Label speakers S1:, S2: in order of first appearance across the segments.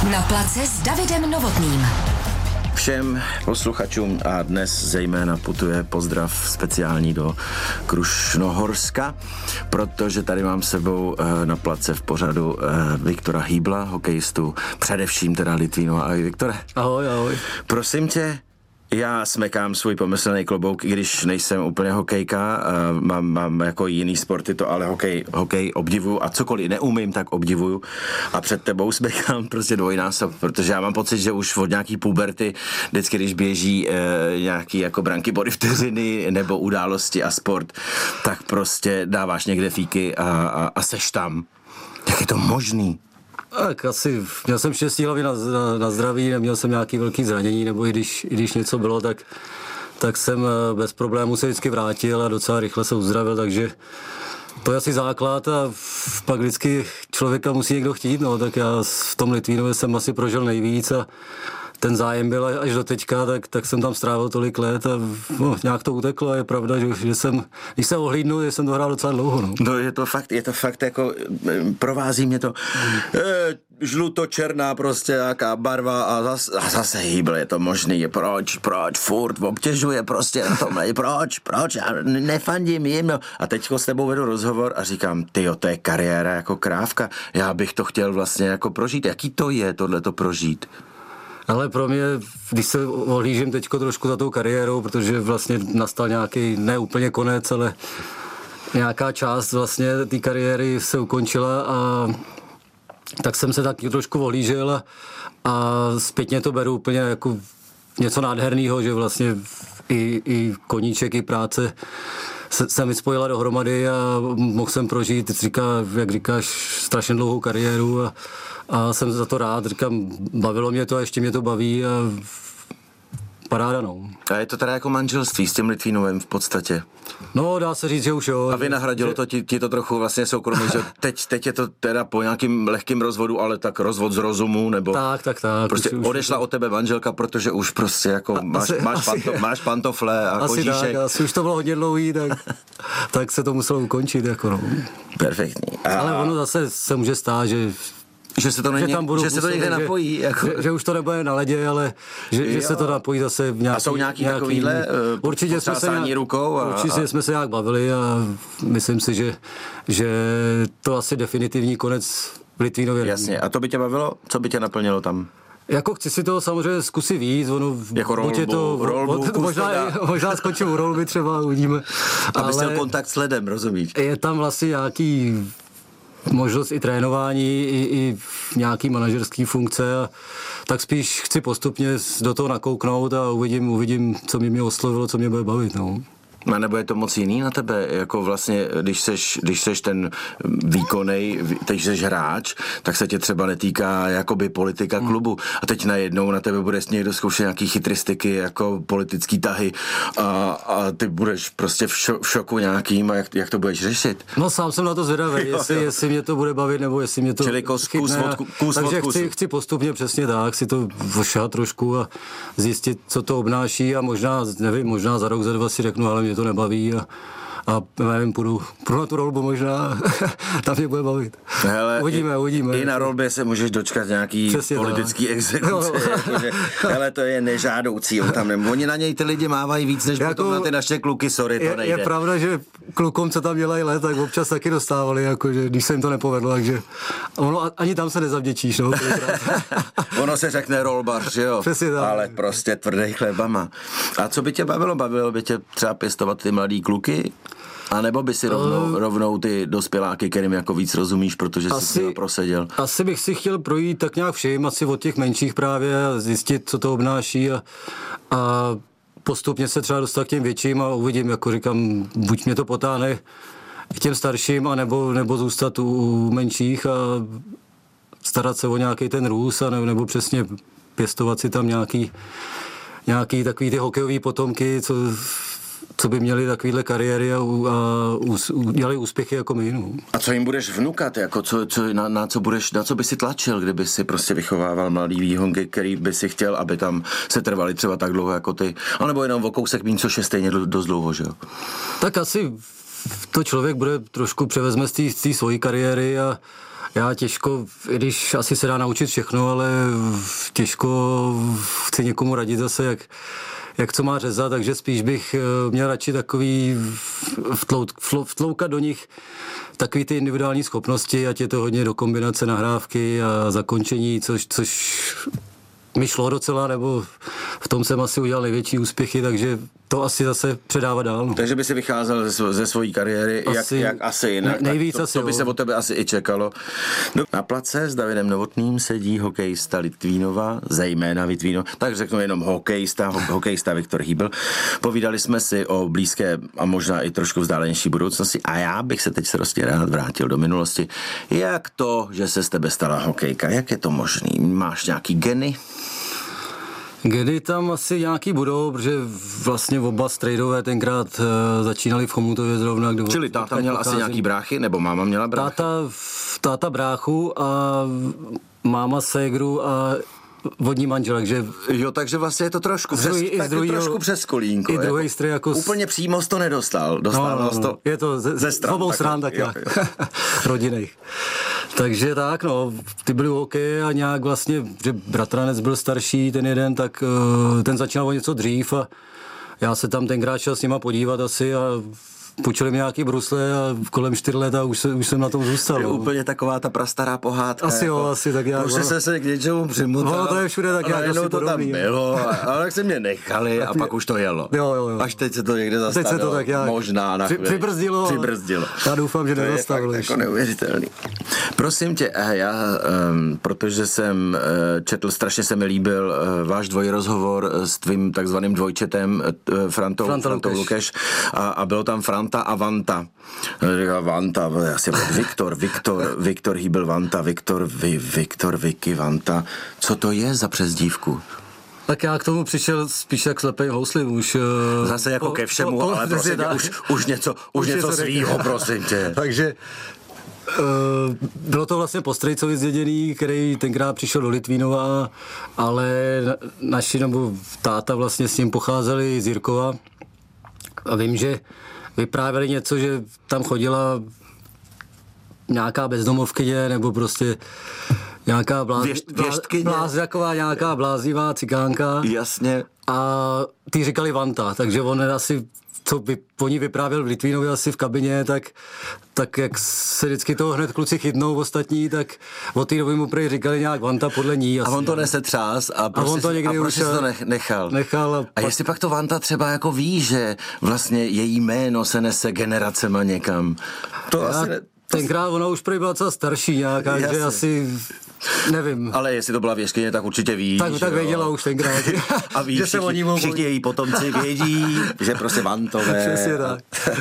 S1: Na place s Davidem Novotným.
S2: Všem posluchačům a dnes zejména putuje pozdrav speciální do Krušnohorska, protože tady mám s sebou na place v pořadu Viktora Hýbla, hokejistu, především teda Litvínova. Ahoj, Viktore.
S3: Ahoj, ahoj.
S2: Prosím tě, já smekám svůj pomyslný klobouk, i když nejsem úplně hokejka, mám jako jiný sporty to, ale hokej obdivuju a cokoliv neumím, tak obdivuju a před tebou smekám prostě dvojnásob, protože já mám pocit, že už od nějaký puberty, vždycky, když běží nějaký jako branky body vteřiny nebo události a sport, tak prostě dáváš někde fíky a seš tam. Jak je to možný?
S3: Tak asi, měl jsem štěstí hlavně na zdraví, neměl jsem nějaký velký zranění, nebo i když něco bylo, tak jsem bez problémů se vždycky vrátil a docela rychle se uzdravil, takže to je asi základ a pak vždycky člověka musí někdo chtít, no, tak já v tom Litvínově jsem asi prožil nejvíc a ten zájem byl až do teďka, tak jsem tam strávil tolik let a nějak to uteklo a je pravda, že jsem, když se ohlídnu, že jsem to hrál docela dlouho. No.
S2: Je to fakt jako, provází mě to žluto-černá prostě nějaká barva a zase Hýbl, je to možný, proč, furt obtěžuje prostě na tomhle, proč, já nefandím jim, no. A teďko s tebou vedu rozhovor a říkám, tyjo, to je kariéra jako krávka, já bych to chtěl vlastně jako prožít, jaký to je tohleto prožít?
S3: Ale pro mě, když se ohlížím teďko trošku za tou kariérou, protože vlastně nastal nějaký, ne úplně konec, ale nějaká část vlastně té kariéry se ukončila a tak jsem se taky trošku ohlížel a zpětně to beru úplně jako něco nádherného, že vlastně i koníček, i práce se mi spojila dohromady a mohl jsem prožít, jak říkáš, strašně dlouhou kariéru a jsem za to rád, říkám, bavilo mě to a ještě mě to baví a paráda, no.
S2: A je to teda jako manželství s tím Litvínovem v podstatě?
S3: No, dá se říct, že už jo.
S2: A vynahradilo to ti to trochu vlastně soukromí, že teď je to teda po nějakým lehkým rozvodu, ale tak rozvod z rozumu, nebo...
S3: Tak.
S2: Prostě už odešla od tebe manželka, protože už prostě jako máš pantofle a kožíšek.
S3: Asi už to bylo hodně dlouhý, tak se to muselo ukončit, jako no.
S2: Perfektní.
S3: Ale ono zase se může stát, že se to někde napojí. Že už to nebude na ledě, ale že se to napojí zase v nějaký...
S2: A jsou nějaký takovýhle potřásání rukou?
S3: Určitě jsme se nějak bavili a myslím si, že to asi definitivní konec v Litvínově.
S2: Jasně. A to by tě bavilo? Co by tě naplnilo tam?
S3: Jako chci si to samozřejmě zkusit víc,
S2: jako rolbu
S3: možná skončím u rolby třeba, uvidíme.
S2: Abys měl kontakt s ledem, rozumíš?
S3: Je tam vlastně nějaký možnost i trénování, i nějaký manažerský funkce a tak spíš chci postupně do toho nakouknout a uvidím, co mě oslovilo, co mě bude bavit, no.
S2: A nebo je to moc jiný na tebe, jako vlastně, když seš ten výkonnej, teď seš hráč, tak se tě třeba netýká jakoby politika klubu a teď najednou na tebe bude někdo zkoušet nějaký chytristiky, jako politický tahy a ty budeš prostě v šoku nějakým a jak to budeš řešit?
S3: No sám jsem na to zvědavý, jestli mě to bude bavit, nebo jestli mě to
S2: Čili
S3: takže chci postupně přesně tak, si to vošat trošku a zjistit, co to obnáší a možná za rok, za dva si řeknu, ale mě to nebaví a nevím, půjdu na tu rolbu možná, tam mě bude bavit.
S2: Hele,
S3: uvidíme.
S2: I na rolbě se můžeš dočkat nějaký přesně politický exekuce. Jakože, hele, to je nežádoucí. Oni na něj ty lidi mávají víc, než potom na ty naše kluky, sorry, to nejde.
S3: Je pravda, že klukům, co tam dělají let, tak občas taky dostávali, jakože, když se jim to nepovedlo, takže ani tam se nezavděčíš, no.
S2: Ono se řekne rolbař, že jo?
S3: Přesně tak.
S2: Ale prostě tvrdý chlebama. A co by tě bavilo? Bavilo by tě třeba pěstovat ty mladý kluky? A nebo by si rovnou ty dospěláky, kterým jako víc rozumíš, protože jsi to proseděl? Asi
S3: bych si chtěl projít tak nějak všem, asi od těch menších právě a zjistit, co to obnáší a postupně se třeba dostat k těm větším a uvidím, jako říkám, buď mě to potáhne k těm starším, nebo zůstat u menších a starat se o nějaký ten růst, nebo přesně pěstovat si tam nějaký takový ty hokejový potomky, co by měli takovýhle kariéry a udělali úspěchy jako my. No.
S2: A co jim budeš vnukat? Jako na co by si tlačil, kdyby si prostě vychovával mladý výhonky, který by si chtěl, aby tam se trvali třeba tak dlouho jako ty? A nebo jenom o kousek míň, což je stejně dost dlouho, že jo?
S3: Tak asi to člověk bude trošku převezme z té svojí kariéry a Já těžko, i když asi se dá naučit všechno, ale těžko chci někomu radit zase, jak co má řezat, takže spíš bych měl radši takový vtloukat do nich takový ty individuální schopnosti, ať je to hodně do kombinace nahrávky a zakončení, což mi šlo docela, nebo v tom jsem asi udělal největší úspěchy, takže to asi zase předávat dál. No.
S2: Takže by si vycházel ze svojí kariéry, jak asi jinak.
S3: Nejvíc
S2: to by se od tebe asi i čekalo. No, na place s Davidem Novotným sedí hokejista Litvínova, zejména Litvínova, tak řeknu jenom hokejista Viktor Hýbl. Povídali jsme si o blízké a možná i trošku vzdálenější budoucnosti a já bych se teď rád vrátil do minulosti. Jak to, že se z tebe stala hokejka? Jak je to možný? Máš nějaký geny?
S3: Geny tam asi nějaký budou, protože vlastně oba strejdové tenkrát začínali v Chomutově zrovna.
S2: Čili táta měl asi nějaký bráchy, nebo máma měla bráchy?
S3: Táta bráchu a máma ségru a vodní manželek, že...
S2: Jo, takže vlastně je to trošku přes kolínko.
S3: I druhý strej jako...
S2: Úplně přímo to nedostal. To
S3: je to ze stran, obou stran tak nějak. Rodinných. Takže tak, no, ty byli OK a nějak vlastně, že bratranec byl starší, ten jeden, tak ten začínal o něco dřív a já se tam tenkrát šel s nima podívat asi a půjčili mi nějaký brusle a kolem 4 let a už jsem na tom zůstal.
S2: Je úplně taková ta prastará pohádka.
S3: Asi jo, asi tak nějak.
S2: Už jsem se k něčemu přimutal.
S3: No, to je všude tak nějak asi
S2: to
S3: podobný.
S2: Tam bylo, ale tak se mě nechali a pak už to jelo.
S3: Jo.
S2: Až teď se to někde zastavilo.
S3: Teď se to tak nějak
S2: možná na chvíli.
S3: Přibrzdilo. Já doufám, že nezastavilo.
S2: To je fakt jako neuvěřitelný. Prosím tě, protože jsem četl, strašně se mi líbil váš dvojrozhovor s tvým takzvaným dvojčetem Frantou Lukeš a bylo tam Franta a Vanta. Vanta, asi Viktor Hýbl Vanta, Viktor Vicky Vanta. Co to je za přezdívku?
S3: Tak já k tomu přišel spíš jak slepej houslím už.
S2: Zase jako ke všemu, ale prostě už něco svýho, prosím tě.
S3: Takže bylo to vlastně po strejcovi zděděný, který tenkrát přišel do Litvínova, ale naši nebo táta vlastně s ním pocházeli z Jirkova. A vím, že vyprávěli něco, že tam chodila nějaká bezdomovkyně, nebo prostě nějaká taková nějaká bláznivá cikánka.
S2: Jasně.
S3: A ty říkali Vanta, takže on asi, co oni vyprávěl v Litvínově asi v kabině, tak jak se vždycky toho hned kluci chytnou ostatní, tak od té doby mu prý říkali nějak Vanta podle ní.
S2: Asi, a on to nese třás a
S3: on to někdy
S2: už to nechal. A jestli pak to Vanta třeba jako ví, že vlastně její jméno se nese generacema někam.
S3: Tenkrát ona už prý byla celá starší nějaká, že asi... Nevím.
S2: Ale jestli to byla věřkyně, tak určitě ví.
S3: Tak věděla už tenkrát.
S2: A ví, že všichni její potomci vědí, že prostě Vantové.
S3: Přesně tak.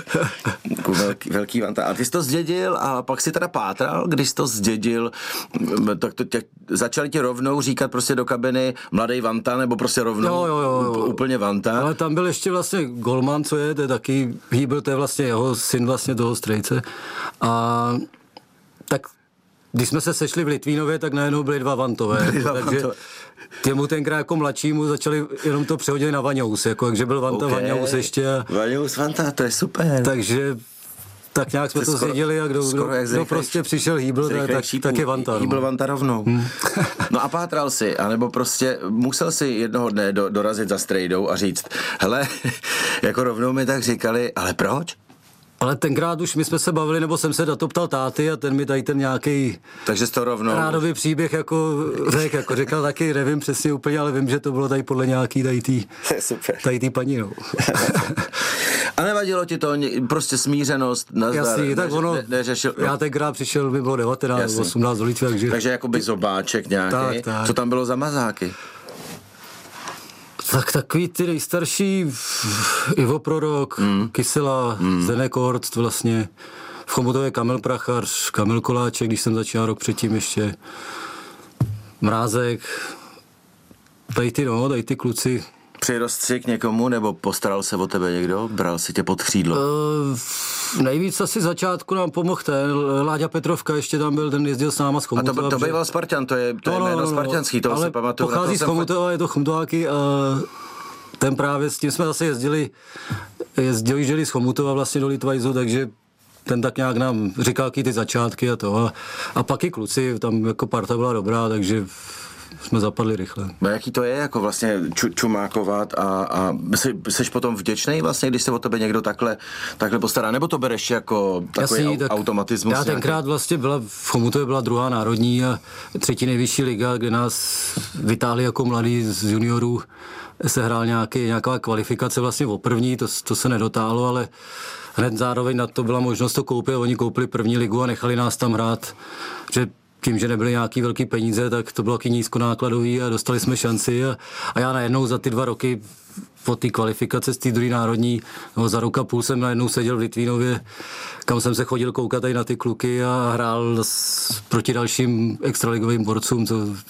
S2: Velký Vanta. A ty jsi to zdědil a pak si teda pátral, když jsi to zdědil, tak začali ti rovnou říkat prostě do kabiny mladý Vanta, nebo prostě rovnou
S3: jo.
S2: Úplně Vanta.
S3: Ale tam byl ještě vlastně golman, co je, to je taky Hýbl, to je vlastně jeho syn vlastně toho strejce. A tak když jsme se sešli v Litvínově, tak najednou byli dva Vantové. Takže těmu tenkrát jako mladšímu začali jenom to přehodit na Vaňous, jako takže byl Vanta Vaňous ještě.
S2: Vaňous Vanta, to je super.
S3: Takže tak nějak jsme to zjedili a kdo prostě přišel Hýbl, tak je Vanta.
S2: Hýbl Vanta rovnou. No a pátral si, anebo prostě musel si jednoho dne dorazit za strejdou a říct, hele, jako rovnou mi tak říkali, ale proč?
S3: Ale tenkrát už my jsme se bavili, nebo jsem se na to ptal táty a ten mi tady ten nějaký rádový příběh jako řekl, jako říkal taky, nevím přesně úplně, ale vím, že to bylo tady podle nějaký tady tý paní, no.
S2: A nevadilo ti to prostě smířenost,
S3: jasný, tak ono,
S2: neřešil, no.
S3: Já tenkrát přišel, by bylo 19, 18 do Litvy,
S2: takže jakoby zobáček nějaký. Tak. Co tam bylo za mazáky?
S3: Tak takový ty nejstarší Ivo Prorok, Kysela, Zdeněk Orct vlastně, v Chomutově Kamil Prachař, Kamil Koláček, když jsem začal rok předtím ještě, Mrázek, tady ty kluci.
S2: Přirost si k někomu, nebo postaral se o tebe někdo? Bral si tě pod křídlo?
S3: Nejvíc asi začátku nám pomohl ten Láďa Petrovka, ještě tam byl, ten jezdil s náma z Chomutova.
S2: A to býval Spartan, to je jméno spartanský, toho se pamatuju.
S3: Pochází z Chomutova, je to Chomutováky a ten právě s tím jsme zase jezdili z Chomutova vlastně do Litvajzu, takže ten tak nějak nám říkal ty začátky a to. A pak i kluci, tam jako parta byla dobrá, takže jsme zapadli rychle.
S2: No jaký to je, jako vlastně čumákovat a jsi potom vděčnej vlastně, když se o tebe někdo takhle postará, nebo to bereš jako takový automatismus?
S3: Já tenkrát vlastně v Chomutově byla druhá národní a třetí nejvyšší liga, kde nás vytáhli jako mladý z juniorů, se hrál nějaká kvalifikace vlastně o první, to se nedotáhlo, ale hned zároveň na to byla možnost to koupit, oni koupili první ligu a nechali nás tam hrát, že tím, že nebyly nějaký velký peníze, tak to bylo taky nízkonákladový a dostali jsme šanci a já najednou za ty 2 roky po té kvalifikace z té druhé národní, no, za rok a půl jsem najednou seděl v Litvínově, kam jsem se chodil koukat tady na ty kluky a hrál proti dalším extraligovým borcům,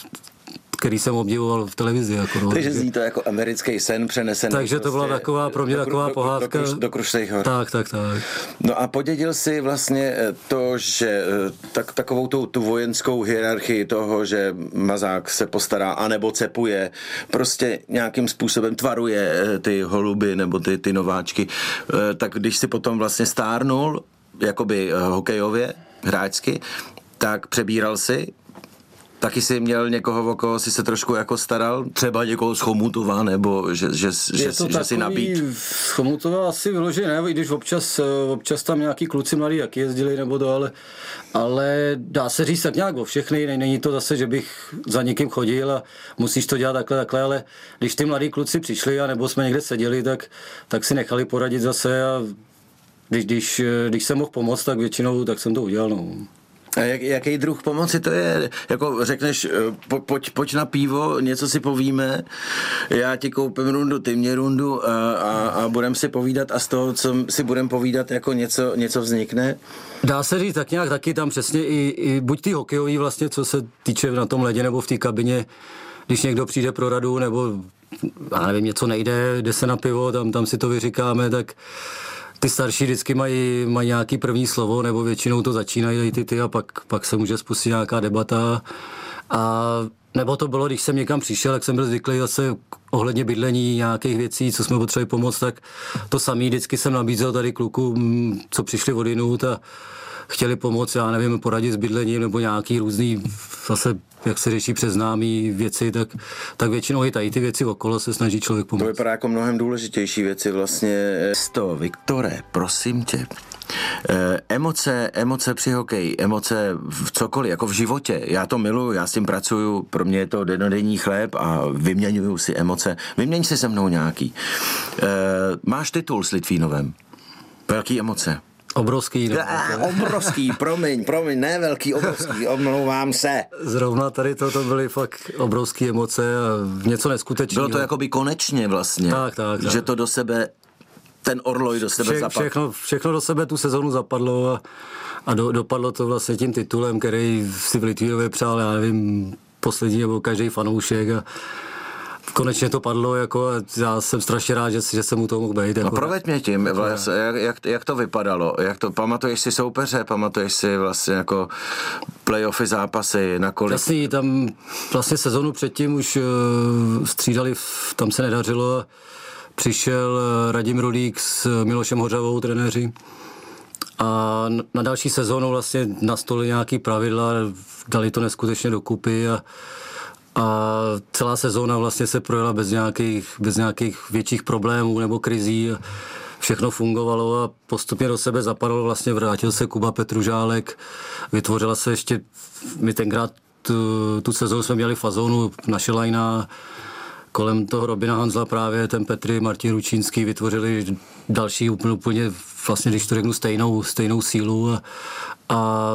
S3: který jsem obdivoval v televizi. Jako, no.
S2: Takže zní to jako americký sen přenesený.
S3: Takže to byla pro mě taková pohádka.
S2: Do Krušných hor.
S3: Tak.
S2: No a podědil si vlastně to, že takovou tu vojenskou hierarchii toho, že mazák se postará, anebo cepuje, prostě nějakým způsobem tvaruje ty holuby nebo ty nováčky. Tak když si potom vlastně stárnul, jakoby hokejově, hráčsky, tak přebíral si. Taky jsi měl někoho, o koho jsi se trošku jako staral? Třeba někoho z Chomutova, nebo že si nabít?
S3: Z Chomutova asi vyloženě ne, i když občas tam nějaký kluci mladí jak jezdili, nebo to, ale dá se říct tak nějak o všechny, není to zase, že bych za někým chodil a musíš to dělat takhle, ale když ty mladí kluci přišli, a nebo jsme někde seděli, tak si nechali poradit zase a když jsem mohl pomoct, tak většinou tak jsem to udělal, no.
S2: A jaký druh pomoci to je? Jako řekneš, pojď na pivo, něco si povíme, já ti koupím rundu, ty mě rundu a budeme si povídat a z toho, co si budeme povídat, jako něco vznikne?
S3: Dá se říct tak nějak taky tam přesně i buď ty hokejový vlastně, co se týče na tom ledě nebo v té kabině, když někdo přijde pro radu nebo já nevím, něco nejde, jde se na pivo, tam si to vyříkáme, tak ty starší vždycky mají nějaký první slovo, nebo většinou to začínají ty a pak se může spustit nějaká debata. A nebo to bylo, když jsem někam přišel, jak jsem byl zvyklý zase ohledně bydlení, nějakých věcí, co jsme potřebovali pomoct, tak to samý vždycky jsem nabízel tady klukům, co přišli odinut a chtěli pomoct, já nevím, poradit s bydlením nebo nějaký různý, zase jak se řeší přes známý věci, tak většinou i tady ty věci okolo se snaží člověk pomoct.
S2: To vypadá jako mnohem důležitější věci vlastně. Viktore, prosím tě, emoce při hokeji, emoce v cokoliv, jako v životě, já to miluju, já s tím pracuju, pro mě je to dennodenní chléb a vyměňuju si emoce. Vyměň si se mnou nějaký. Máš titul s Litvínovem. Jaký emoce?
S3: Obrovský.
S2: Obrovský, promiň, ne velký, obrovský, omlouvám se.
S3: Zrovna tady to byly fakt obrovské emoce a něco neskutečného.
S2: Bylo to jakoby konečně vlastně,
S3: tak.
S2: Že to do sebe, ten orloj do sebe zapadl.
S3: Všechno do sebe tu sezonu zapadlo a dopadlo to vlastně tím titulem, který si v Litvínově přál, já nevím, poslední nebo každý fanoušek a konečně to padlo, jako já jsem strašně rád, že jsem u toho mohl být. Jako.
S2: No proveď mě tím, vlastně, jak to vypadalo, pamatuješ si soupeře, pamatuješ si vlastně jako playoffy, zápasy, nakolik?
S3: Jasný, tam vlastně sezonu předtím už střídali, tam se nedařilo a přišel Radim Rulík s Milošem Hořavou, trenéři. A na další sezónu vlastně nastolili nějaký pravidla, dali to neskutečně dokupy a celá sezóna vlastně se projela bez nějakých větších problémů nebo krizí. Všechno fungovalo a postupně do sebe zapadlo, vlastně vrátil se Kuba Petružálek, vytvořila se ještě, my tenkrát tu sezónu jsme měli fazónu naše lajna, kolem toho Robina Hanzla právě ten Petry, Martin Ručínský vytvořili další úplně vlastně, když to řeknu, stejnou sílu a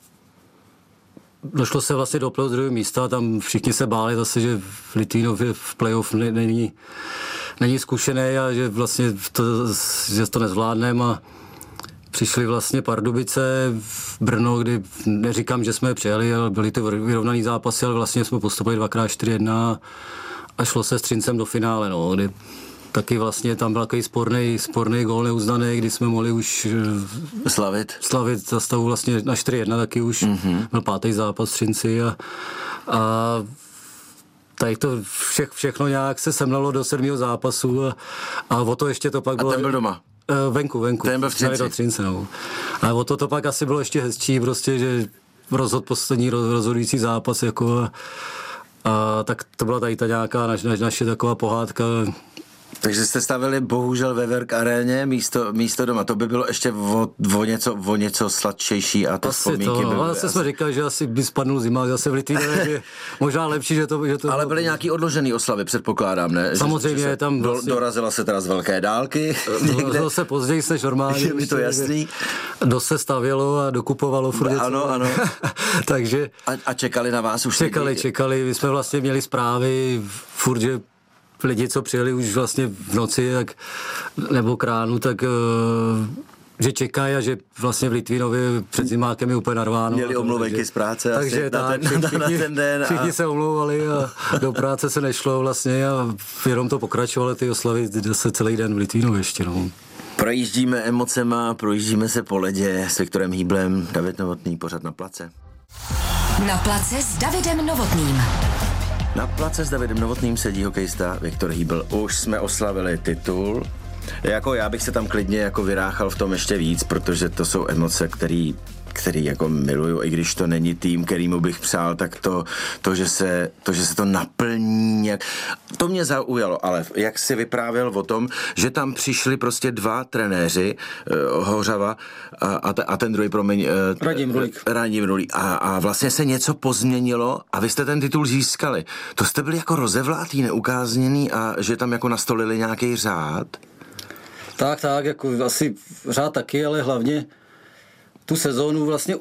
S3: došlo se vlastně do playoff druhého místa, tam všichni se báli zase, že v Litvínově v playoff není zkušený a že vlastně že to nezvládneme a přišli vlastně Pardubice v Brno, kdy neříkám, že jsme přijeli, ale byly ty vyrovnaný zápasy, ale vlastně jsme postupili 2x4-1 a šlo se s Třincem do finále, no, kdy taky vlastně tam byl takový sporný gól neuznaný, kdy jsme mohli už slavit za stavu vlastně na 4-1 taky už. Byl 5. zápas Třinci a tady to všechno nějak se semlalo do 7. zápasu a o to ještě to pak bylo.
S2: A ten byl doma?
S3: Venku.
S2: Ten byl v Třinci.
S3: Do Třince, no. A o to pak asi bylo ještě hezčí, prostě, že rozhodl poslední rozhodující zápas, jako a tak to byla tady ta nějaká naše taková pohádka.
S2: Takže jste stavili bohužel ve Werk aréně místo doma. To by bylo ještě o něco sladšejší a ty
S3: asi
S2: vzpomínky
S3: to,
S2: byly.
S3: Ale jsme říkali, že asi by spadnul zima zase v Litvínově, že možná lepší, že to
S2: Ale byly nějaký odložený oslavy, předpokládám, ne?
S3: Samozřejmě
S2: že
S3: tam vlastně,
S2: dorazila se teda z velké dálky.
S3: Dorazilo se později než normálně.
S2: Je mi to jasný.
S3: Dost se stavělo a dokupovalo furt.
S2: Ano.
S3: Takže...
S2: A čekali na vás už
S3: Čekali. My jsme vlastně měli zprávy furt, že lidi, co přijeli už vlastně v noci nebo k ránu, tak že čekají a že vlastně v Litvínově před zimákem je úplně narváno.
S2: Měli omluvenky z práce
S3: takže
S2: na ten den.
S3: Všichni se omlouvali a do práce se nešlo vlastně a jenom to pokračovalo ty oslavy zase celý den v Litvínově ještě. No.
S2: Projíždíme emocema, projíždíme se po ledě s Viktorem Hýblem, David Novotný, pořád na place.
S1: Na place s Davidem Novotným.
S2: Na place s Davidem Novotným sedí hokejista Viktor Hýbl. Už jsme oslavili titul. Jako já bych se tam klidně jako vyráchal v tom ještě víc, protože to jsou emoce, který jako miluju, i když to není tým, kterýmu bych přál, tak to, že se to naplní nějak. To mě zaujalo, ale jak si vyprávěl o tom, že tam přišli prostě dva trenéři, Hořava a ten druhý, promiň, Radim Rulík. A vlastně se něco pozměnilo a vy jste ten titul získali. To jste byli jako rozevlátý, neukázněný a že tam jako nastolili nějaký řád?
S3: Tak, jako asi řád taky, ale hlavně tu sezónu vlastně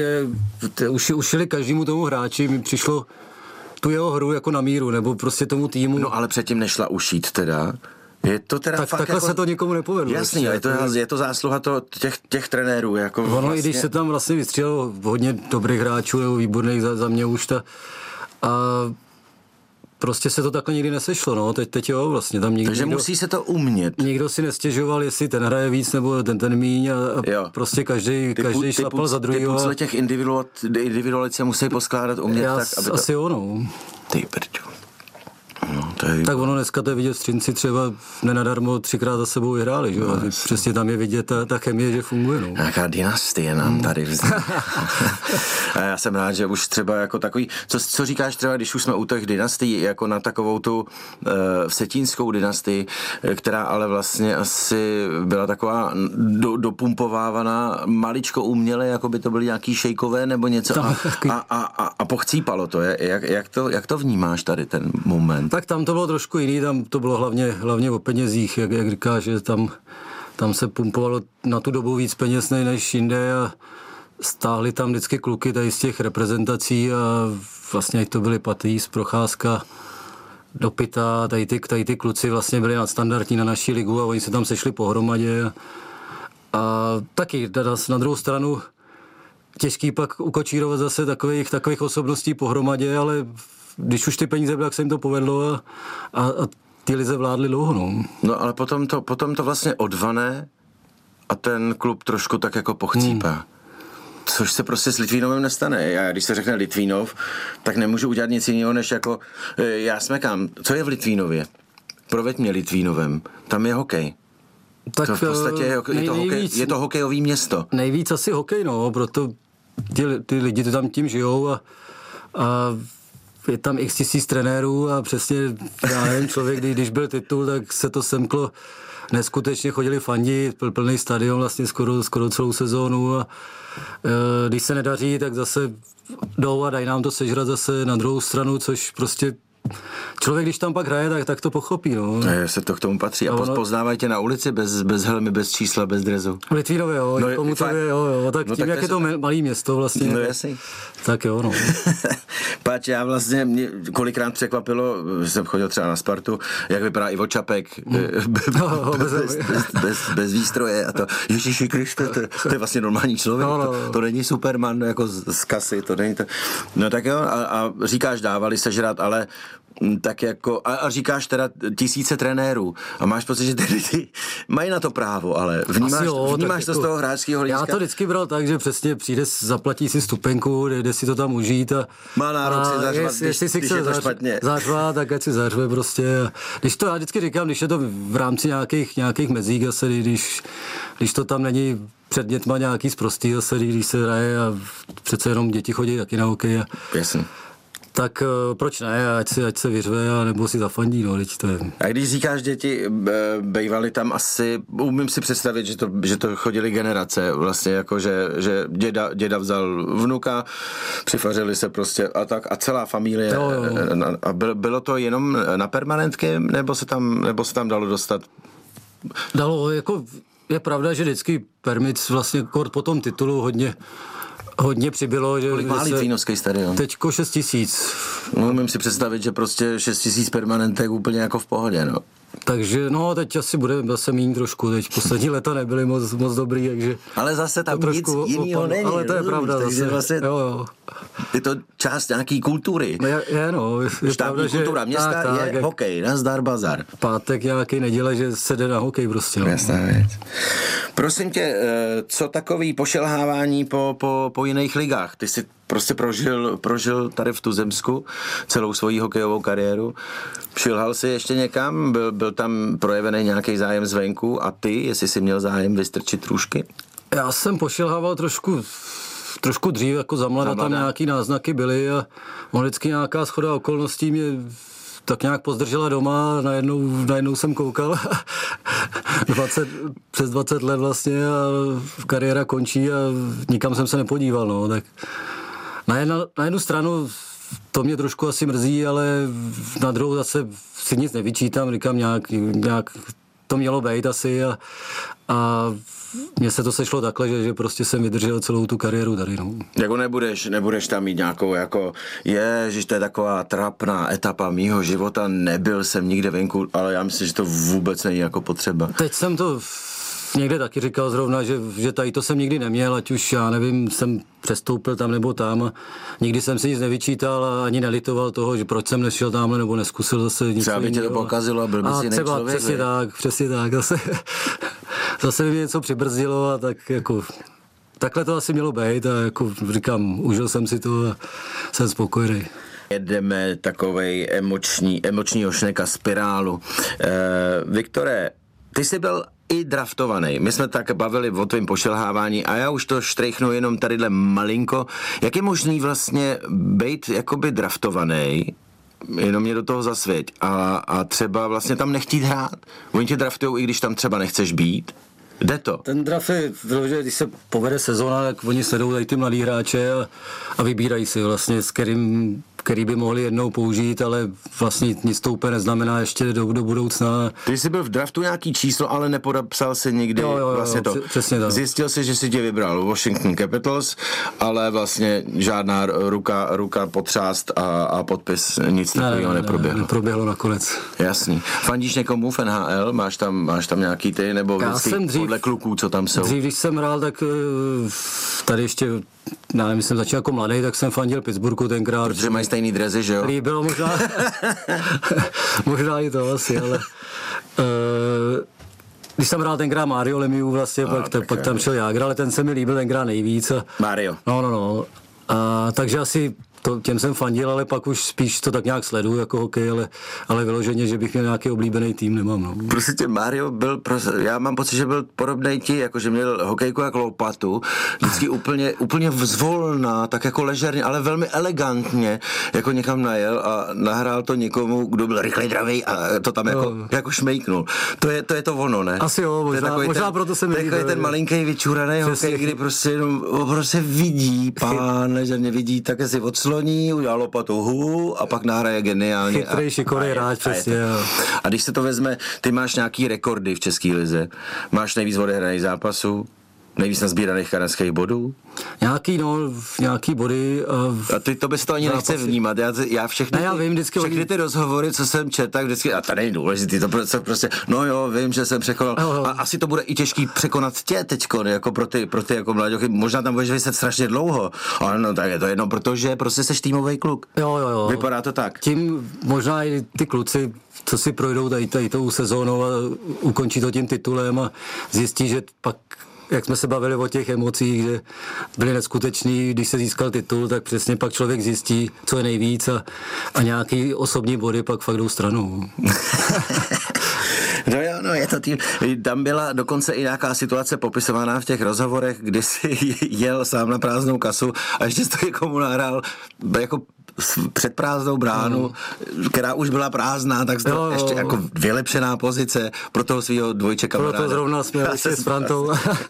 S3: ušili každému tomu hráči, mi přišlo tu jeho hru jako na míru, nebo prostě tomu týmu.
S2: No ale předtím nešla ušít teda. Je to teda
S3: tak
S2: fakt
S3: takhle
S2: jako...
S3: se to nikomu nepovedlo.
S2: Jasný, je to zásluha těch trenérů. Jako
S3: ono, vlastně... i když se tam vlastně vystřelilo hodně dobrých hráčů, nebo výborných za mě už a prostě se to takhle nikdy nesešlo, no, teď jo, vlastně tam nikdo...
S2: Takže musí se to umět.
S3: Nikdo si nestěžoval, jestli ten hraje víc, nebo ten míň a prostě každý šlapal za druhýho.
S2: Ty těch individualit se musí poskládat umět tak, aby to...
S3: Asi ono.
S2: Ty brďo. No,
S3: tak ono dneska to je vidět v Třinci třeba nenadarmo 3krát za sebou vyhráli, že jo? No, přesně tam je vidět ta chemie, že funguje, no.
S2: Nějaká dynastie nám tady a já jsem rád, že už třeba jako takový, co říkáš třeba, když už jsme u těch dynastií, jako na takovou tu vsetínskou dynastii, která ale vlastně asi byla taková dopumpovávaná maličko uměle, jako by to byly nějaký šejkové nebo něco a pochcípalo to, jak to vnímáš tady ten moment?
S3: Tak tam to bylo trošku jiný, tam to bylo hlavně o penězích, jak říkáš, že tam se pumpovalo na tu dobu víc peněz než jinde a stáhli tam vždycky kluky tady z těch reprezentací a vlastně to byly Patýs, Procházka, Dopita, tady ty kluci vlastně byli nadstandardní na naší ligu a oni se tam sešli pohromadě a taky na druhou stranu těžký pak ukočírovat zase takových osobností pohromadě, ale když už ty peníze byly, jak se jim to povedlo a ty lize vládly dlouho. No
S2: ale potom to vlastně odvane a ten klub trošku tak jako pochcípá. Což se prostě s Litvínovem nestane. Já když se řekne Litvínov, tak nemůžu udělat nic jiného, než jako já smekám. Co je v Litvínově? Proveď mě Litvínovem. Tam je hokej. Tak to v podstatě je to hokejový město.
S3: Nejvíc asi hokej, no, proto ty lidi to tam tím žijou a je tam x tisíc trenérů a přesně, já nevím, člověk, když byl titul, tak se to semklo neskutečně, chodili fandit, plný stadion vlastně skoro celou sezónu a když se nedaří, tak zase jdou a dají nám to sežrat zase na druhou stranu, což prostě člověk, když tam pak hraje, tak to pochopí. No.
S2: Se to k tomu patří. A poznávají tě na ulici bez helmy, bez čísla, bez drezu.
S3: V Litvínově, jo. No, Komutově, jo. Tak no, tím, tak jak je to malé město vlastně.
S2: No jasný.
S3: Tak jo, no.
S2: Páč, já vlastně, mě kolikrát překvapilo, že jsem chodil třeba na Spartu, jak vypadá Ivo Čapek, bez výstroje a to. Ježíši Kriste, to je vlastně normální člověk. To není Superman jako z kasy, to není to. No tak jo, a říkáš, dávali sežrat, ale tak jako, a říkáš teda tisíce trenérů a máš pocit, že ty lidi mají na to právo, ale vnímáš to z toho hráčského hlediska?
S3: Já to vždycky bral tak, že přesně přijde, zaplatí si stupenku, jde si to tam užít a
S2: má nárok si zařvat, když je to špatně.
S3: Zařvat, tak ať si zařve prostě. Když to, já vždycky říkám, když je to v rámci nějakých mezí, zase, když to tam není před dětma nějaký sprostý, zase, když se hraje a přece jenom děti chodí taky na hokej.
S2: Jasně.
S3: Tak proč ne, ať se vyřve, a nebo si zafandí, no, to je.
S2: A když říkáš děti, bejvali tam asi, umím si představit, že to chodili generace, vlastně jako, že děda vzal vnuka, přifařili se prostě a tak a celá familie.
S3: Jo.
S2: A bylo to jenom na permanentky, nebo se tam dalo dostat?
S3: Dalo, jako je pravda, že vždycky permit vlastně kort po tom titulu hodně přibylo.
S2: Kolik má Litvínovský stadion?
S3: Teďko 6 000.
S2: Umím si představit, že prostě 6 000 permanentek úplně jako v pohodě, no.
S3: Takže no, teď asi bude zase míň trošku, teď poslední léta nebyly moc dobrý, takže...
S2: Ale zase tam nic jinýho není.
S3: Ale to je pravda zase.
S2: Vlastně
S3: jo.
S2: Je to část nějaký kultury.
S3: No je
S2: štábní kultura města tak, je hokej, nazdar bazar.
S3: Pátek nějaký neděle, že se jde na hokej prostě. No.
S2: Jasná věc. Prosím tě, co takový pošelhávání po jiných ligách? Ty jsi prostě prožil tady v Tuzemsku celou svoji hokejovou kariéru. Šilhal jsi ještě někam? Byl tam projevený nějaký zájem zvenku a ty, jestli jsi měl zájem vystrčit trůžky?
S3: Já jsem pošilhával trošku dřív, jako za mlada tam nějaký náznaky byly a vždycky nějaká shoda okolností mě tak nějak pozdržela doma a najednou jsem koukal přes 20 let vlastně a kariéra končí a nikam jsem se nepodíval, no, tak na jednu stranu to mě trošku asi mrzí, ale na druhou zase si nic nevyčítám, říkám nějak to mělo být asi a mně se to sešlo takhle, že prostě jsem vydržel celou tu kariéru tady. No.
S2: Jako nebudeš tam mít nějakou jako, ježiš, to je taková trapná etapa mýho života, nebyl jsem nikde venku, ale já myslím, že to vůbec není jako potřeba.
S3: Teď jsem to někde taky říkal zrovna, že tady to jsem nikdy neměl, ať už já nevím, jsem přestoupil tam nebo tam. Nikdy jsem si nic nevyčítal a ani nelitoval toho, že proč jsem nešel tamhle nebo neskusil zase nic.
S2: Třeba by tě to pokazilo a byl by si jiný člověk.
S3: Přesně tak. Zase by mě něco přibrzdilo a tak jako takhle to asi mělo být a jako říkám, užil jsem si to a jsem spokojený.
S2: Jedeme takovej emočního šneka spirálu. Viktore, ty jsi byl i draftovaný. My jsme tak bavili o tvém pošelhávání a já už to štrejchnu jenom tadyhle malinko. Jak je možný vlastně být jakoby draftovaný, jenom mě do toho zasvěť a třeba vlastně tam nechtít hrát? Oni tě draftujou, i když tam třeba nechceš být? Jde to?
S3: Ten draft je, že když se povede sezóna, tak oni sledují tady ty mladý hráče a vybírají si vlastně, s který by mohli jednou použít, ale vlastně nic to úplně neznamená ještě do budoucna.
S2: Ty jsi byl v draftu nějaký číslo, ale nepodepsal se nikdy vlastně to.
S3: Přesně tak.
S2: Zjistil jsi, že si tě vybral Washington Capitals, ale vlastně žádná ruka potřást a podpis, nic takového neproběhlo.
S3: Neproběhlo nakonec.
S2: Jasný. Fandíš někomu v NHL? Máš tam nějaký ty, nebo vždycky podle kluků, co tam jsou?
S3: Dřív, když jsem hrál, tak tady ještě nevím, jsem začal jako mladý, tak jsem fandil Pittsburghu tenkrát.
S2: Protože mají stejný drezy, že jo?
S3: Líbilo možná, možná i to asi, ale když jsem hrál tenkrát Mario Lemieux vlastně, pak tam šel Jágr, ale ten se mi líbil tenkrát nejvíc.
S2: Mario.
S3: No. Takže asi těm jsem fandil, ale pak už spíš to tak nějak sleduju jako hokej, ale vyloženě, že bych měl nějaký oblíbený tým, nemám. No.
S2: Prostě Mario byl, já mám pocit, že byl podobnej ti, jako že měl hokejku jako lopatu, vždycky úplně zvolna, tak jako ležerně, ale velmi elegantně, jako někam najel a nahrál to někomu, kdo byl rychlej, dravej a to tam jako šmejknul. To je to ono, ne?
S3: Asi jo, možná proto se mi líbil.
S2: Takový ten malinký vyčuraný hokej, kdy prostě jenom vidí, pán ležerně vidí, tak si odsloní, udělá lopatu a pak nahraje geniálně.
S3: Chytrý, šikovný hráč, přesně.
S2: A když se to vezme, ty máš nějaký rekordy v české lize, máš nejvíc odehraných zápasů, Nejvíc nazbíraných kanadských bodů?
S3: Nějaký body.
S2: A ty to bys to ani nechce vnímat. Já všechny,
S3: já vím,
S2: všechny ty rozhovory, co jsem četl, tak vždycky, a to není důležitý, to prostě, no jo, vím, že jsem překonal. A asi to bude i těžký překonat tě teďko, jako pro ty jako mladěchy. Možná tam budeš vyset strašně dlouho, ale no tak je to jedno, protože prostě seš týmový kluk.
S3: Jo.
S2: Vypadá to tak.
S3: Tím možná i ty kluci, co si projdou tady tou sezónou a ukončí to tím titulem a zjistí, že pak, jak jsme se bavili o těch emocích, že byly neskutečný, když se získal titul, tak přesně pak člověk zjistí, co je nejvíc a nějaký osobní body pak fakt jdou stranou.
S2: No jo, no je to tím. Tam byla dokonce i nějaká situace popisovaná v těch rozhovorech, kdy si jel sám na prázdnou kasu a ještě to někomu nahrál jako před prázdnou bránu, která už byla prázdná, tak to ještě jako vylepšená pozice pro toho svýho dvojče kamaráda.
S3: Proto zrovna směl se s Frantou.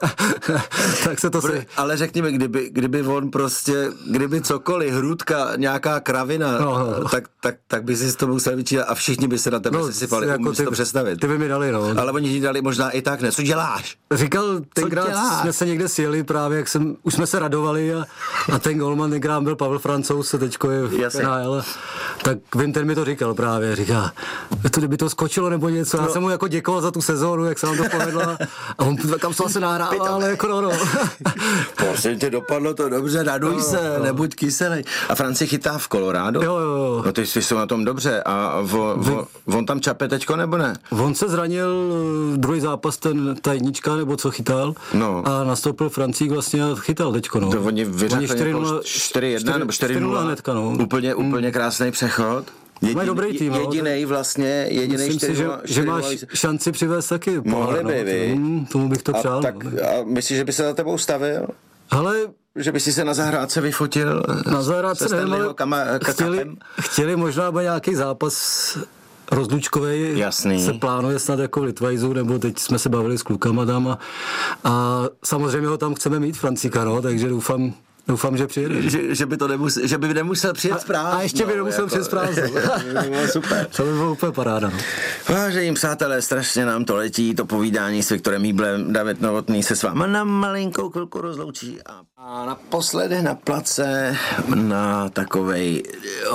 S3: Tak se to
S2: Ale řekněme, kdyby on prostě, kdyby cokoliv, hrůdka, nějaká kravina, tak by si to musel vyčítat a všichni by se na tebe sesypali.
S3: Jako
S2: umím si to představit.
S3: Ty by mi dali, no.
S2: Ale oni ti dali možná i tak, ne? Co děláš?
S3: Říkal, tenkrát jsme se někde sjeli právě, už jsme se radovali a ten golman tenkrát byl Pavel Francouz, se teďko je NHL, tak Winter mi to říkal právě, říká, kdyby to skočilo nebo něco, já jsem mu jako děkoval za tu sezónu, jak se nám to povedlo a on kam se nahrával, ale jako no.
S2: Prosím tě, dopadlo to dobře, raduj se, nebuď kyselej. A Francie chytá v Colorado?
S3: Jo.
S2: No ty jsou na tom dobře a on tam čape teďko nebo ne?
S3: On se zranil druhý zápas, ta jednička nebo co chytal a nastoupil Francík vlastně a chytal teďko, no.
S2: To oni vyřekli 4-1 nebo 4-0
S3: hnedka, no.
S2: Úplně krásný přechod.
S3: Mají dobrý tým,
S2: jedinej 4-0.
S3: Že máš šanci přivést taky.
S2: Mohli by,
S3: tomu bych to přál.
S2: A myslíš, že by se za tebou stavil?
S3: Hele,
S2: že by si se na zahrádce vyfotil?
S3: Na zahrádce nevím, ale chtěli možná by nějaký zápas rozlučkovej.
S2: Jasný.
S3: Se plánuje snad jako v Litvajzu, nebo teď jsme se bavili s klukama tam a samozřejmě ho tam chceme mít Francíka, no, takže doufám, že přijede.
S2: Že by nemusel přijet z prázdnou.
S3: A ještě by nemusel přijet z prázdnou.
S2: Super.
S3: To by bylo úplně paráda. No.
S2: Vážení přátelé, strašně nám to letí, to povídání s Viktorem Hýblem. David Novotný se s váma na malinkou chvilku rozloučí. A naposledy na place na takovej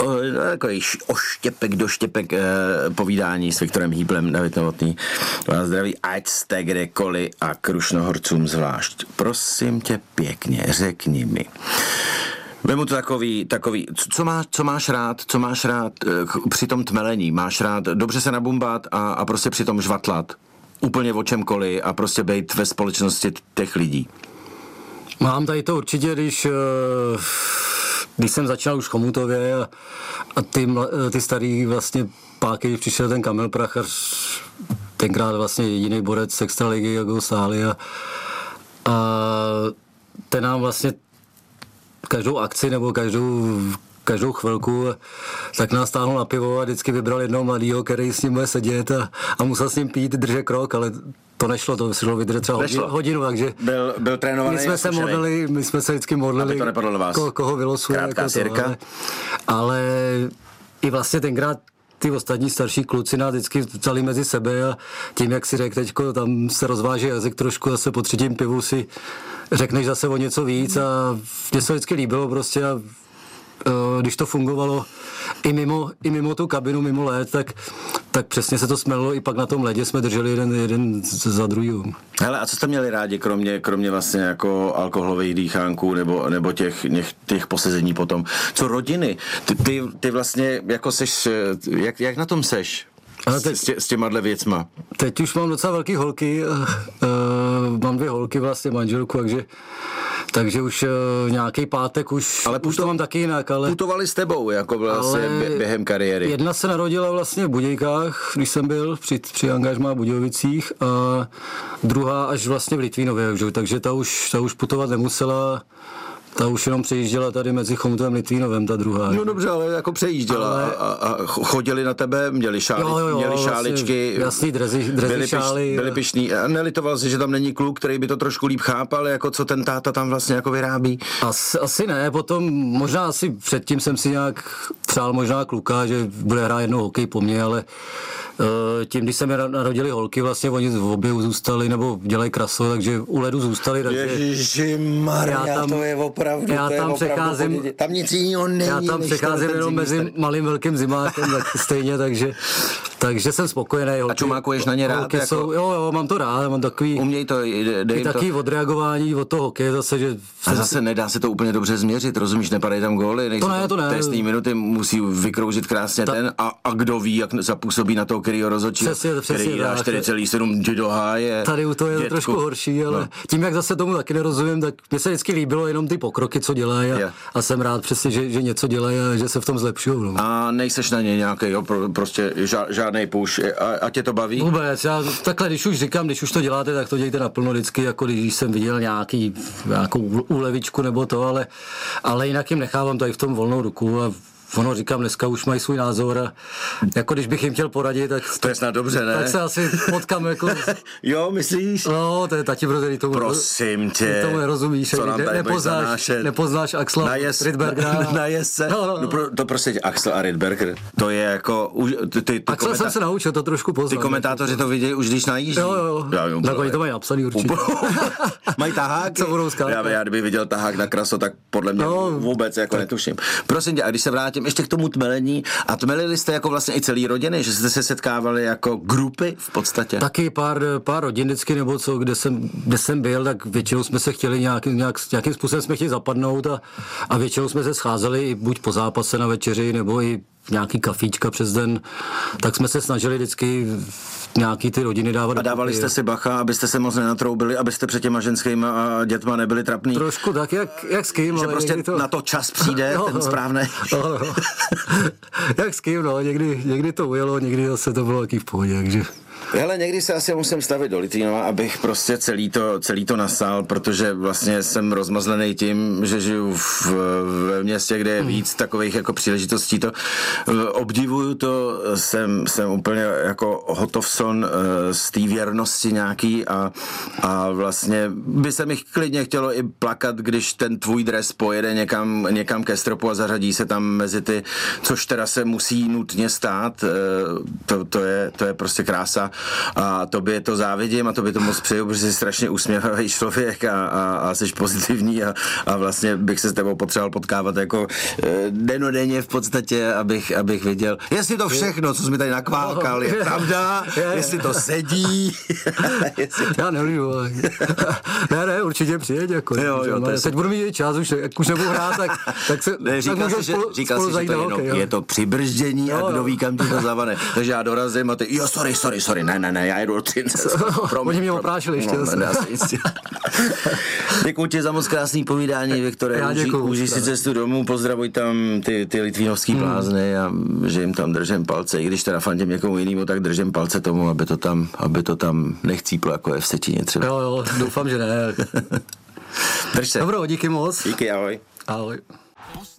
S2: oštěpek do štěpek povídání s Viktorem Hýblem. David Novotný vás zdraví, ať jste kdekoliv a Krušnohorcům zvlášť. Prosím tě pěkně, řekni mi. Vemu to takový, co máš rád při tom tmelení, máš rád dobře se nabumbat a prostě při tom žvatlat, úplně o čemkoliv a prostě být ve společnosti těch lidí.
S3: Mám tady to určitě, když jsem začal už v Chomutově a ty starý vlastně páky, když přišel ten Kamil Prachař, tenkrát vlastně jediný borec extraligy, jak ho stáli a ten nám vlastně každou akci nebo každou chvilku tak nás stáhnul na pivo a vždycky vybral jednoho mladýho, který s ním bude sedět a musel s ním pít, držet krok, ale to nešlo, to šlo vydržet třeba hodinu, takže
S2: byl trénovaný.
S3: My jsme se vždycky modlili, koho vylosuje.
S2: Krátká sirka.
S3: Ale i vlastně tenkrát ty ostatní starší kluci nás vždycky vzali mezi sebe a tím, jak si řekl teďko, tam se rozváží jazyk trošku, zase po třetím pivu si řekneš zase o něco víc a mně se vždycky líbilo prostě a když to fungovalo i mimo tu kabinu, mimo led, tak přesně se to smelilo, i pak na tom ledě jsme drželi jeden za druhým.
S2: Hele, a co jste měli rádi, kromě vlastně jako alkoholových dýchánků nebo těch posezení potom? Co rodiny? Ty vlastně jako seš, jak na tom seš? S těmahle věcma.
S3: Teď už mám docela velký holky, mám 2 holky vlastně, manželku, takže už nějaký pátek už to mám taky jinak, ale...
S2: Putovali s tebou, jako vlastně během kariéry.
S3: Jedna se narodila vlastně v Budějkách, když jsem byl při angažmá v Budějovicích a druhá až vlastně v Litvínově, takže ta už putovat nemusela. Ta už jenom přejížděla tady mezi Chomutovem a Litvínovem, ta druhá.
S2: No dobře, ale jako přejížděla a chodili na tebe, měli šáličky.
S3: Vlastně, jasný, drezy šály.
S2: Byli pyšný. A nelitoval si, že tam není kluk, který by to trošku líp chápal, jako co ten táta tam vlastně jako vyrábí?
S3: Asi ne, potom možná asi předtím jsem si nějak přál možná kluka, že bude hrát jednou hokej po mně, ale tím, když se mi narodili holky, vlastně oni v oběhu zůstali, nebo dělají kraso, takže u ledu zůstali.
S2: Ježišmarja, to je opravdu, tam nic jiného není.
S3: Já tam přecházím jenom mezi malým velkým zimákem, tak stejně, takže jsem spokojený.
S2: A čumákuješ na ně rád?
S3: Jako... Jo, mám to rád, mám takový...
S2: Uměj to, dej to.
S3: Takový odreagování od toho hokeje zase, že...
S2: A zase nedá se to úplně dobře změřit, rozumíš, nepadají tam góly,
S3: to ne.
S2: Trestní minuty musí vykroužit krásně ten a kdo ví, jak zapůsobí na toho, který ho rozhodčí, který dá 4,7 do háje.
S3: Tady u toho je to trošku horší, ale tím, jak zase tomu taky nerozumím, tak mně se vždycky líbilo jenom ty pokroky, co dělají a jsem rád přesně, že něco dělají a že se v tom zlepšují. No.
S2: A nejseš na ně nějaký, prostě žádnej push a tě to baví?
S3: Vůbec, já takhle, když už to děláte, tak to dějte naplno vždycky, jako když jsem viděl nějakou úlevičku nebo to, ale jinak jim nechávám tady v tom volnou ruku a ono, říkám, dneska už mají svůj názor a jako když bych jim chtěl poradit, tak...
S2: To je snad dobře, ne?
S3: Tak se asi potkám jako...
S2: Jo, myslíš?
S3: No, to je tati, který tomu...
S2: Prosím tě.
S3: Ty tomu nerozumíš.
S2: Co nám tady
S3: nepoznáš Axla Rydbergera.
S2: Najez se. No, to prostě Axel a Rydberger. To je jako...
S3: Axel jsem se naučil, to trošku poznat.
S2: Ty komentátoři to vidějí už když najíždí.
S3: Jo. Tak oni to mají napsaný určitě.
S2: Mají taháky.
S3: Co budou skákat?
S2: Já kdyby viděl tahák na kraso, tak podle mě vůbec jako netuším. Prosím tě, a když se vrátím ještě k tomu tmelení, a tmelili jste jako vlastně i celý rodiny, že jste se setkávali jako grupy v podstatě?
S3: Taky pár rodin vždycky, nebo co, kde jsem byl, tak většinou jsme se chtěli nějakým způsobem jsme chtěli zapadnout a většinou jsme se scházeli buď po zápase na večeři, nebo i nějaký kafíčka přes den, tak jsme se snažili vždycky nějaký ty rodiny dávat.
S2: A dávali jste si bacha, abyste se moc nenatroubili, abyste před těma ženskýma a dětma nebyli trapný?
S3: Trošku tak, jak s kým.
S2: Že prostě na to čas přijde, ten správný.
S3: No. Jak s kým, no, někdy to ujelo, někdy zase to bylo taky v pohodě, takže...
S2: Hele, někdy se asi musím stavit do Litvínova, abych prostě celý to nasál, protože vlastně jsem rozmazlený tím, že žiju v městě, kde je víc takových jako příležitostí. To obdivuju to, jsem úplně jako hotovson z té věrnosti nějaký a vlastně by se mi klidně chtělo i plakat, když ten tvůj dres pojede někam ke stropu a zařadí se tam mezi ty, což teda se musí nutně stát. To je prostě krása. A tobě to závidím a tobě to moc přeju, protože jsi strašně usměvavý člověk a jsi pozitivní a vlastně bych se s tebou potřeboval potkávat jako denodenně v podstatě, abych viděl, jestli to všechno, co jsi mi tady nakválkal, je pravda, jestli to sedí.
S3: Já nevím, ne, určitě přijeď, jako. Jo, teď budu mít čas, už nebudu hrát, tak se
S2: říkal si, že to je to přibrždění a kdo ví, kam ti to zavane. Takže já dorazím a ty, jo, sorry, ne, já jedu od Třince.
S3: Oni mě oprášili ještě.
S2: Děkuji ti za moc krásný povídání, Viktore. Užij si cestu domů, pozdravuj tam ty litvínovský blázny a že jim tam držím palce. I když teda fandím někomu jinému, tak držím palce tomu, aby to tam nechcíplo, jako je v Sečíně třeba.
S3: Jo, doufám, že ne.
S2: Drž se.
S3: Dobro, díky moc.
S2: Díky, ahoj.
S3: Ahoj.